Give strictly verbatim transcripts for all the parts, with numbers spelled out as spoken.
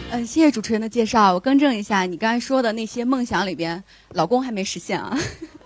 嗯、呃，谢谢主持人的介绍。我更正一下，你刚才说的那些梦想里边，老公还没实现啊。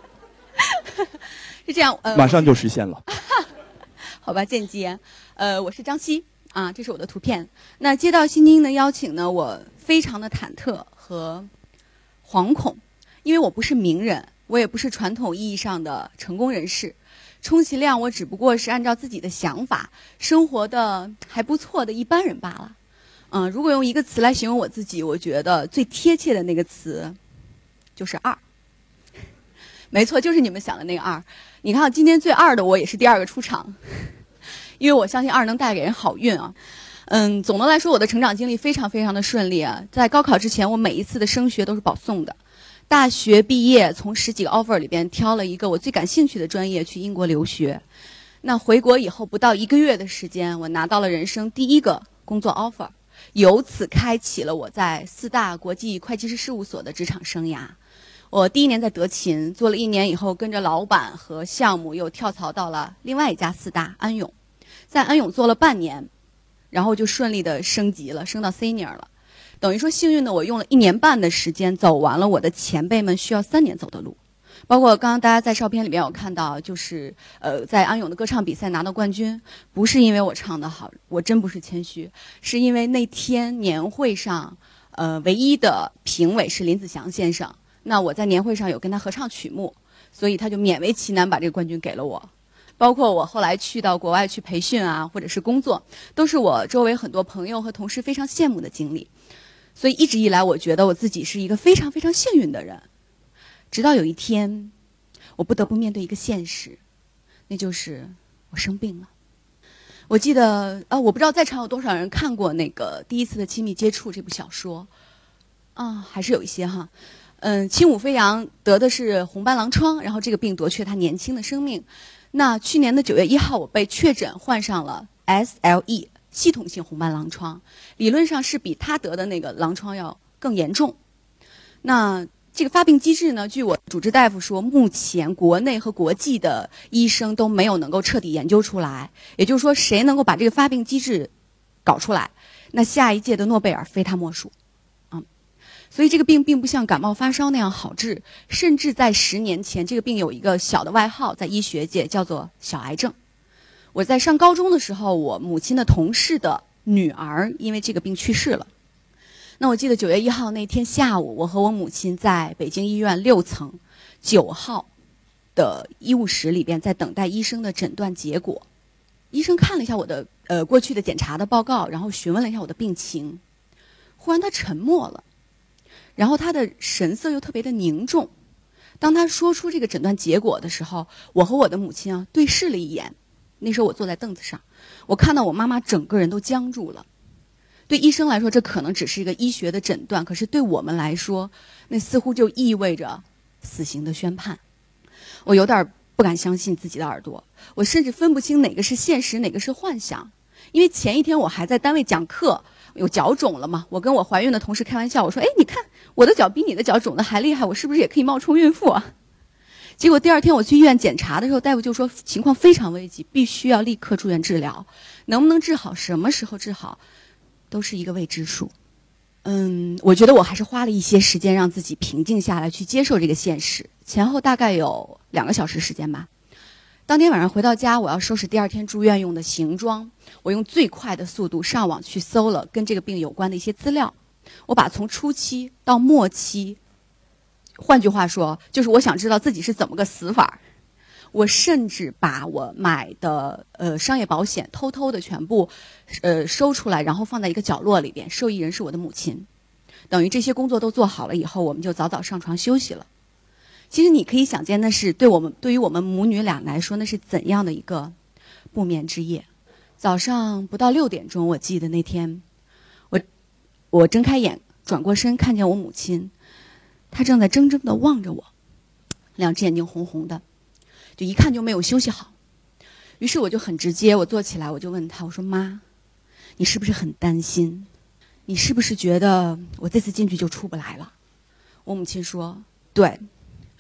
是这样，呃， 马上就实现了。 好吧，间接。呃，我是张希啊，这是我的图片。那接到新京的邀请呢，我非常的忐忑和惶恐，因为我不是名人，我也不是传统意义上的成功人士，充其量我只不过是按照自己的想法生活的还不错的一般人罢了。嗯，如果用一个词来形容我自己，我觉得最贴切的那个词就是二。没错，就是你们想的那个二。你看，今天最二的我也是第二个出场，因为我相信二能带给人好运啊。嗯，总的来说，我的成长经历非常非常的顺利啊。在高考之前，我每一次的升学都是保送的。大学毕业，从十几个 offer 里边挑了一个我最感兴趣的专业去英国留学。那回国以后不到一个月的时间，我拿到了人生第一个工作 offer。由此开启了我在四大国际会计师事务所的职场生涯。我第一年在德勤做了一年以后，跟着老板和项目又跳槽到了另外一家四大安永，在安永做了半年，然后就顺利的升级了，升到 senior 了。等于说幸运的我用了一年半的时间走完了我的前辈们需要三年走的路。包括刚刚大家在照片里面有看到，就是呃，在安永的歌唱比赛拿到冠军，不是因为我唱得好，我真不是谦虚，是因为那天年会上，呃，唯一的评委是林子祥先生，那我在年会上有跟他合唱曲目，所以他就勉为其难把这个冠军给了我。包括我后来去到国外去培训啊，或者是工作，都是我周围很多朋友和同事非常羡慕的经历。所以一直以来，我觉得我自己是一个非常非常幸运的人。直到有一天，我不得不面对一个现实，那就是我生病了。我记得，呃，我不知道在场有多少人看过那个《第一次的亲密接触》这部小说，啊，还是有一些哈。嗯，轻舞飞扬得的是红斑狼疮，然后这个病夺去了他年轻的生命。那去年的九月一号，我被确诊患上了 S L E 系统性红斑狼疮，理论上是比他得的那个狼疮要更严重。那这个发病机制呢，据我主治大夫说，目前国内和国际的医生都没有能够彻底研究出来。也就是说，谁能够把这个发病机制搞出来，那下一届的诺贝尔非他莫属。嗯，所以这个病并不像感冒发烧那样好治，甚至在十年前，这个病有一个小的外号，在医学界叫做小癌症。我在上高中的时候，我母亲的同事的女儿因为这个病去世了。那我记得九月一号那天下午，我和我母亲在北京医院六层九号的医务室里边，在等待医生的诊断结果。医生看了一下我的呃过去的检查的报告，然后询问了一下我的病情。忽然他沉默了，然后他的神色又特别的凝重。当他说出这个诊断结果的时候，我和我的母亲啊对视了一眼。那时候我坐在凳子上，我看到我妈妈整个人都僵住了。对医生来说，这可能只是一个医学的诊断，可是对我们来说，那似乎就意味着死刑的宣判。我有点不敢相信自己的耳朵，我甚至分不清哪个是现实，哪个是幻想。因为前一天我还在单位讲课，有脚肿了嘛，我跟我怀孕的同事开玩笑，我说：“哎，你看我的脚比你的脚肿得还厉害，我是不是也可以冒充孕妇啊？”结果第二天我去医院检查的时候，大夫就说情况非常危急，必须要立刻住院治疗。能不能治好，什么时候治好，都是一个未知数。嗯，我觉得我还是花了一些时间让自己平静下来，去接受这个现实。前后大概有两个小时时间吧。当天晚上回到家，我要收拾第二天住院用的行装，我用最快的速度上网去搜了跟这个病有关的一些资料。我把从初期到末期，换句话说，就是我想知道自己是怎么个死法。我甚至把我买的呃商业保险偷偷的全部呃收出来，然后放在一个角落里边，受益人是我的母亲。等于这些工作都做好了以后，我们就早早上床休息了。其实你可以想见，那是对我们对于我们母女俩来说，那是怎样的一个不眠之夜。早上不到六点钟，我记得那天，我我睁开眼，转过身，看见我母亲，她正在怔怔地望着我，两只眼睛红红的，就一看就没有休息好。于是我就很直接，我坐起来，我就问她，我说：“妈，你是不是很担心？你是不是觉得我这次进去就出不来了？”我母亲说：“对。”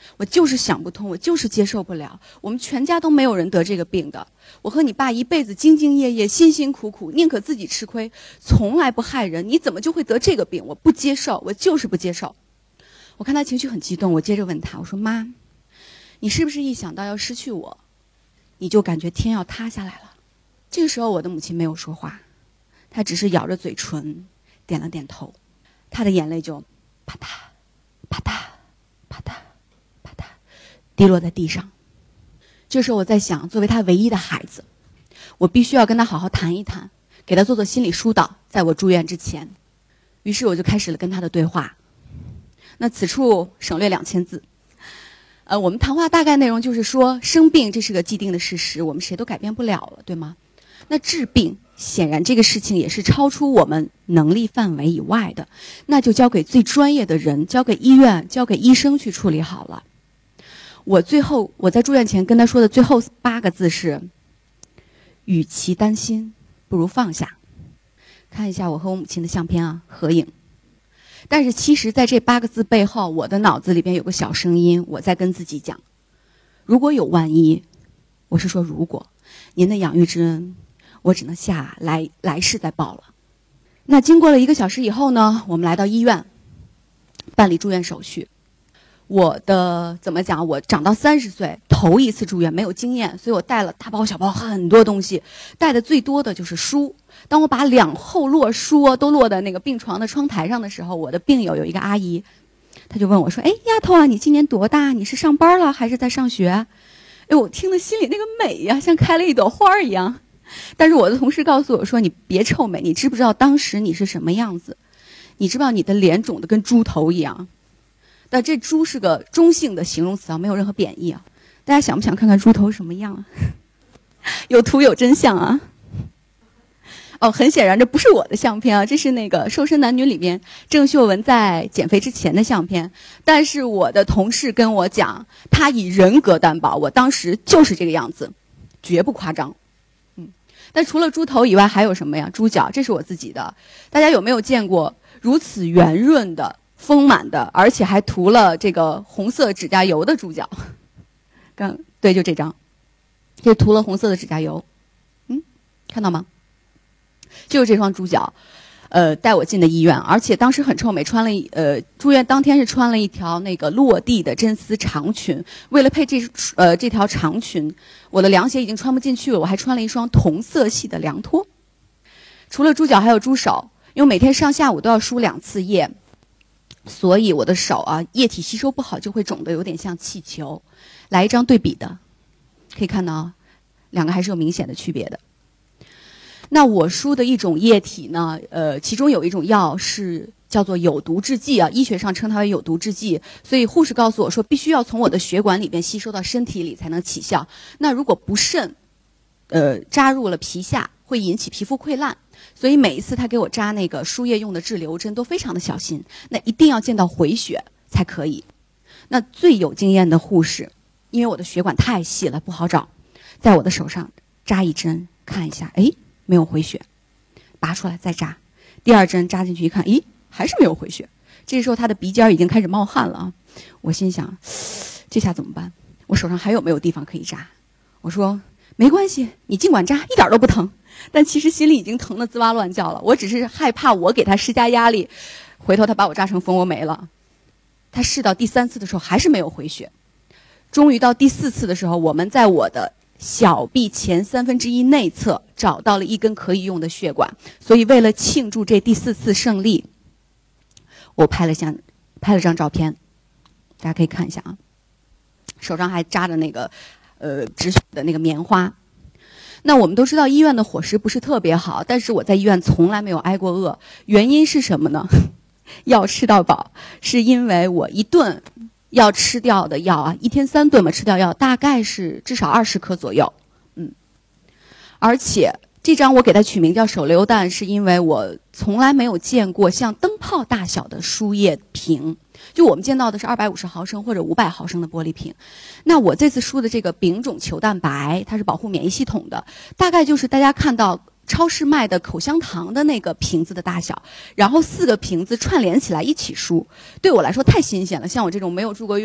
我就是想不通，我就是接受不了。我们全家都没有人得这个病的。我和你爸一辈子兢兢业业、辛辛苦苦，宁可自己吃亏，从来不害人，你怎么就会得这个病？我不接受，我就是不接受。我看他情绪很激动，我接着问他，我说妈，你是不是一想到要失去我，你就感觉天要塌下来了？这个时候我的母亲没有说话，她只是咬着嘴唇，点了点头，她的眼泪就啪嗒啪嗒啪嗒啪嗒滴落在地上。这时候我在想，作为他唯一的孩子，我必须要跟他好好谈一谈，给他做做心理疏导，在我住院之前。于是我就开始了跟他的对话。那此处省略两千字。呃，我们谈话大概内容就是说，生病这是个既定的事实，我们谁都改变不了了，对吗？那治病，显然这个事情也是超出我们能力范围以外的，那就交给最专业的人，交给医院，交给医生去处理好了。我最后我在住院前跟他说的最后八个字是：与其担心，不如放下。看一下我和我母亲的相片啊，合影。但是其实在这八个字背后，我的脑子里边有个小声音，我在跟自己讲：如果有万一，我是说如果，您的养育之恩，我只能下来来世再报了。那经过了一个小时以后呢，我们来到医院，办理住院手续。我的怎么讲？我长到三十岁，头一次住院，没有经验，所以我带了大包小包很多东西，带的最多的就是书。当我把两后摞书都摞在那个病床的窗台上的时候，我的病友有一个阿姨，她就问我说：“哎，丫头啊，你今年多大？你是上班了还是在上学？”哎，我听了心里那个美呀，像开了一朵花一样。但是我的同事告诉我说：“你别臭美，你知不知道当时你是什么样子？你知不知道你的脸肿得跟猪头一样？”但这猪是个中性的形容词啊，没有任何贬义啊。大家想不想看看猪头什么样啊？有图有真相啊。哦，很显然这不是我的相片啊，这是那个《瘦身男女》里面郑秀文在减肥之前的相片。但是我的同事跟我讲，他以人格担保，我当时就是这个样子，绝不夸张。嗯，但除了猪头以外还有什么呀？猪脚，这是我自己的。大家有没有见过如此圆润的、丰满的，而且还涂了这个红色指甲油的猪脚？刚对，就这张，这涂了红色的指甲油。嗯，看到吗？就是这双猪脚，呃，带我进的医院，而且当时很臭美，穿了一呃，住院当天是穿了一条那个落地的真丝长裙，为了配这呃这条长裙，我的凉鞋已经穿不进去了，我还穿了一双同色系的凉拖。除了猪脚还有猪手，因为每天上下午都要输两次液，所以我的手啊液体吸收不好就会肿得有点像气球。来一张对比的，可以看到啊，两个还是有明显的区别的。那我输的一种液体呢，呃，其中有一种药是叫做有毒制剂啊，医学上称它为有毒制剂，所以护士告诉我说，必须要从我的血管里边吸收到身体里才能起效。那如果不慎，呃，扎入了皮下，会引起皮肤溃烂。所以每一次他给我扎那个输液用的滞留针都非常的小心，那一定要见到回血才可以。那最有经验的护士，因为我的血管太细了不好找，在我的手上扎一针，看一下，哎。没有回血，拔出来再扎，第二针扎进去一看，咦，还是没有回血。这时候他的鼻尖已经开始冒汗了啊！我心想，这下怎么办？我手上还有没有地方可以扎？我说没关系，你尽管扎，一点都不疼。但其实心里已经疼得滋哇乱叫了。我只是害怕我给他施加压力，回头他把我扎成蜂窝煤了。他试到第三次的时候还是没有回血，终于到第四次的时候，我们在我的小臂前三分之一内侧找到了一根可以用的血管，所以为了庆祝这第四次胜利，我拍了下拍了张照片，大家可以看一下啊，手上还扎着那个呃止血的那个棉花。那我们都知道医院的伙食不是特别好，但是我在医院从来没有挨过饿，原因是什么呢？药吃到饱，是因为我一顿要吃掉的药啊，一天三顿嘛，吃掉药大概是至少二十颗左右，嗯。而且这张我给它取名叫手榴弹，是因为我从来没有见过像灯泡大小的输液瓶，就我们见到的是二百五十毫升或者五百毫升的玻璃瓶。那我这次输的这个丙种球蛋白，它是保护免疫系统的，大概就是大家看到超市卖的口香糖的那个瓶子的大小，然后四个瓶子串联起来一起输，对我来说太新鲜了。像我这种没有住过院，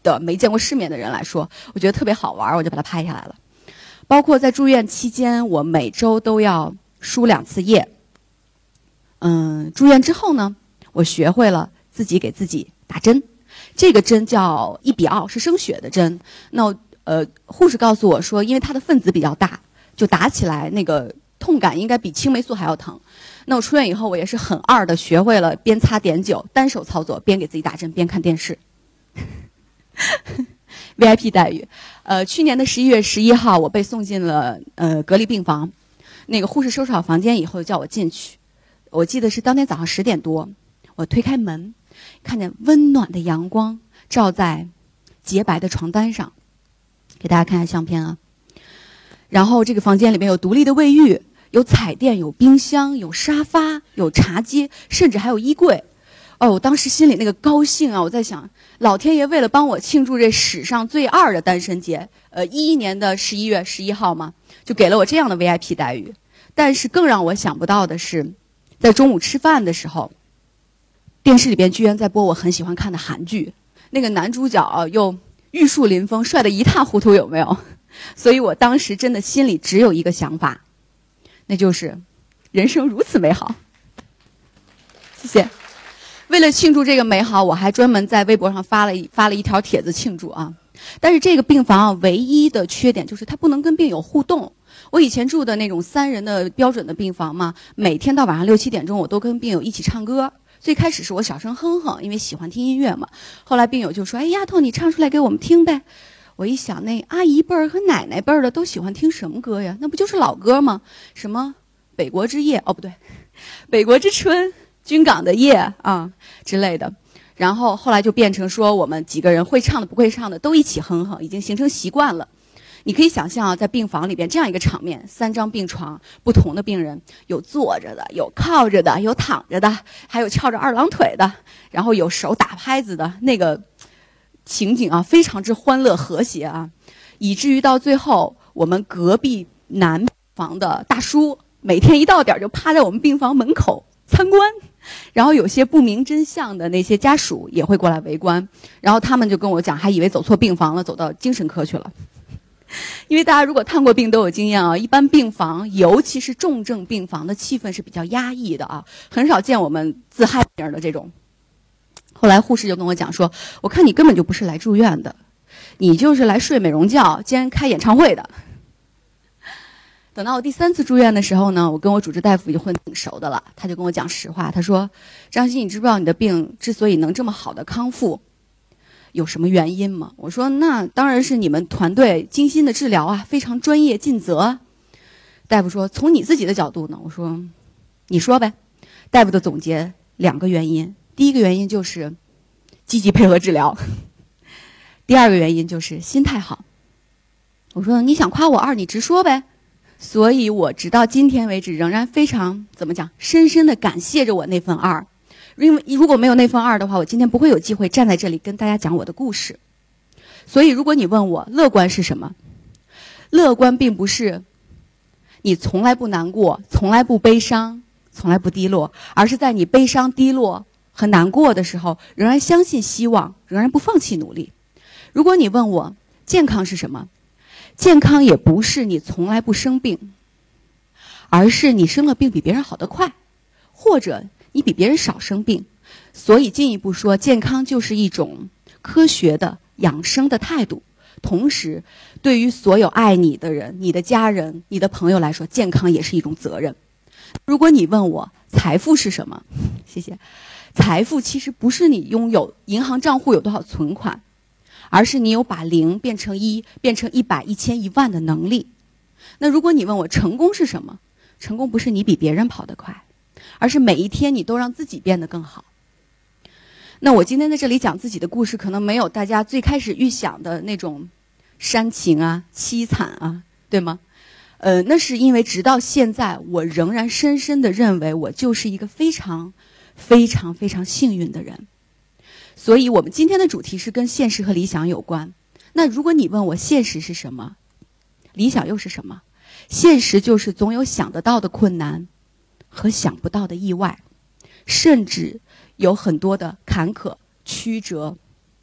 的没见过世面的人来说，我觉得特别好玩，我就把它拍下来了。包括在住院期间，我每周都要输两次液。嗯，住院之后呢，我学会了自己给自己打针，这个针叫一比奥，是生血的针。那呃，护士告诉我说，因为它的分子比较大，就打起来那个痛感应该比青霉素还要疼。那我出院以后，我也是很二的，学会了边擦碘酒，单手操作，边给自己打针，边看电视。V I P 待遇，呃，去年的十一月十一号，我被送进了呃隔离病房，那个护士收拾好房间以后叫我进去，我记得是当天早上十点多，我推开门，看见温暖的阳光照在洁白的床单上，给大家看一下相片啊。然后这个房间里面有独立的卫浴，有彩电，有冰箱，有沙发，有茶几，甚至还有衣柜。哦，我当时心里那个高兴啊！我在想，老天爷为了帮我庆祝这史上最二的单身节，呃，一一年的十一月十一号嘛，就给了我这样的 V I P 待遇。但是更让我想不到的是，在中午吃饭的时候，电视里边居然在播我很喜欢看的韩剧，那个男主角啊又玉树临风，帅得一塌糊涂，有没有？所以我当时真的心里只有一个想法，那就是人生如此美好。谢谢。为了庆祝这个美好，我还专门在微博上发了一发了一条帖子庆祝啊。但是这个病房啊，唯一的缺点就是它不能跟病友互动。我以前住的那种三人的标准的病房嘛，每天到晚上六七点钟，我都跟病友一起唱歌。最开始是我小声哼哼，因为喜欢听音乐嘛。后来病友就说：“哎，丫头，你唱出来给我们听呗。”我一想，那阿姨辈儿和奶奶辈儿的都喜欢听什么歌呀？那不就是老歌吗？什么《北国之夜》哦，不对，《北国之春》。军港的夜啊之类的，然后后来就变成说我们几个人会唱的不会唱的都一起哼哼，已经形成习惯了。你可以想象啊，在病房里边这样一个场面，三张病床，不同的病人，有坐着的，有靠着的，有躺着的，还有翘着二郎腿的，然后有手打拍子的，那个情景啊非常之欢乐和谐啊，以至于到最后我们隔壁南房的大叔每天一到点就趴在我们病房门口参观，然后有些不明真相的那些家属也会过来围观，然后他们就跟我讲，还以为走错病房了，走到精神科去了。因为大家如果探过病都有经验啊，一般病房，尤其是重症病房的气氛是比较压抑的啊，很少见我们自嗨型的这种。后来护士就跟我讲说，我看你根本就不是来住院的，你就是来睡美容觉兼开演唱会的。等到我第三次住院的时候呢，我跟我主治大夫已经混挺熟的了，他就跟我讲实话，他说：“张欣，你知不知道你的病之所以能这么好的康复，有什么原因吗？”我说：“那当然是你们团队精心的治疗啊，非常专业尽责。”大夫说：“从你自己的角度呢？”我说：“你说呗。”大夫的总结两个原因，第一个原因就是积极配合治疗，第二个原因就是心态好。我说：“你想夸我二，你直说呗。”所以我直到今天为止仍然非常怎么讲，深深的感谢着我那份二，因为如果没有那份二的话，我今天不会有机会站在这里跟大家讲我的故事。所以如果你问我乐观是什么，乐观并不是你从来不难过，从来不悲伤，从来不低落，而是在你悲伤低落和难过的时候，仍然相信希望，仍然不放弃努力。如果你问我健康是什么，健康也不是你从来不生病，而是你生了病比别人好得快，或者你比别人少生病。所以进一步说，健康就是一种科学的养生的态度。同时，对于所有爱你的人、你的家人、你的朋友来说，健康也是一种责任。如果你问我财富是什么，谢谢。财富其实不是你拥有银行账户有多少存款，而是你有把零变成一，变成一百、一千、一万的能力。那如果你问我成功是什么，成功不是你比别人跑得快，而是每一天你都让自己变得更好。那我今天在这里讲自己的故事，可能没有大家最开始预想的那种煽情啊、凄惨啊，对吗？呃，那是因为直到现在，我仍然深深地认为我就是一个非常、非常、非常幸运的人。所以我们今天的主题是跟现实和理想有关。那如果你问我现实是什么，理想又是什么？现实就是总有想得到的困难和想不到的意外，甚至有很多的坎坷、曲折、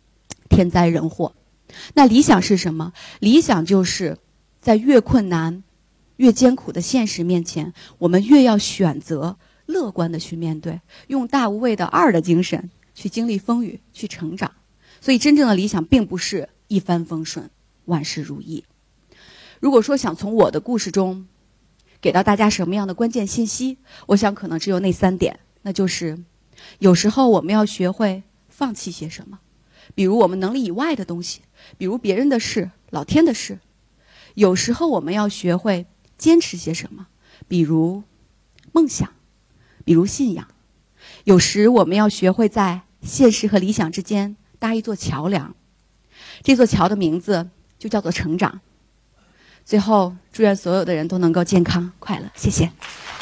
天灾人祸。那理想是什么？理想就是在越困难、越艰苦的现实面前，我们越要选择乐观的去面对，用大无畏的二的精神去经历风雨，去成长。所以真正的理想并不是一帆风顺、万事如意。如果说想从我的故事中给到大家什么样的关键信息，我想可能只有那三点，那就是有时候我们要学会放弃些什么，比如我们能力以外的东西，比如别人的事、老天的事。有时候我们要学会坚持些什么，比如梦想，比如信仰。有时我们要学会在现实和理想之间搭一座桥梁，这座桥的名字就叫做成长。最后，祝愿所有的人都能够健康快乐，谢谢。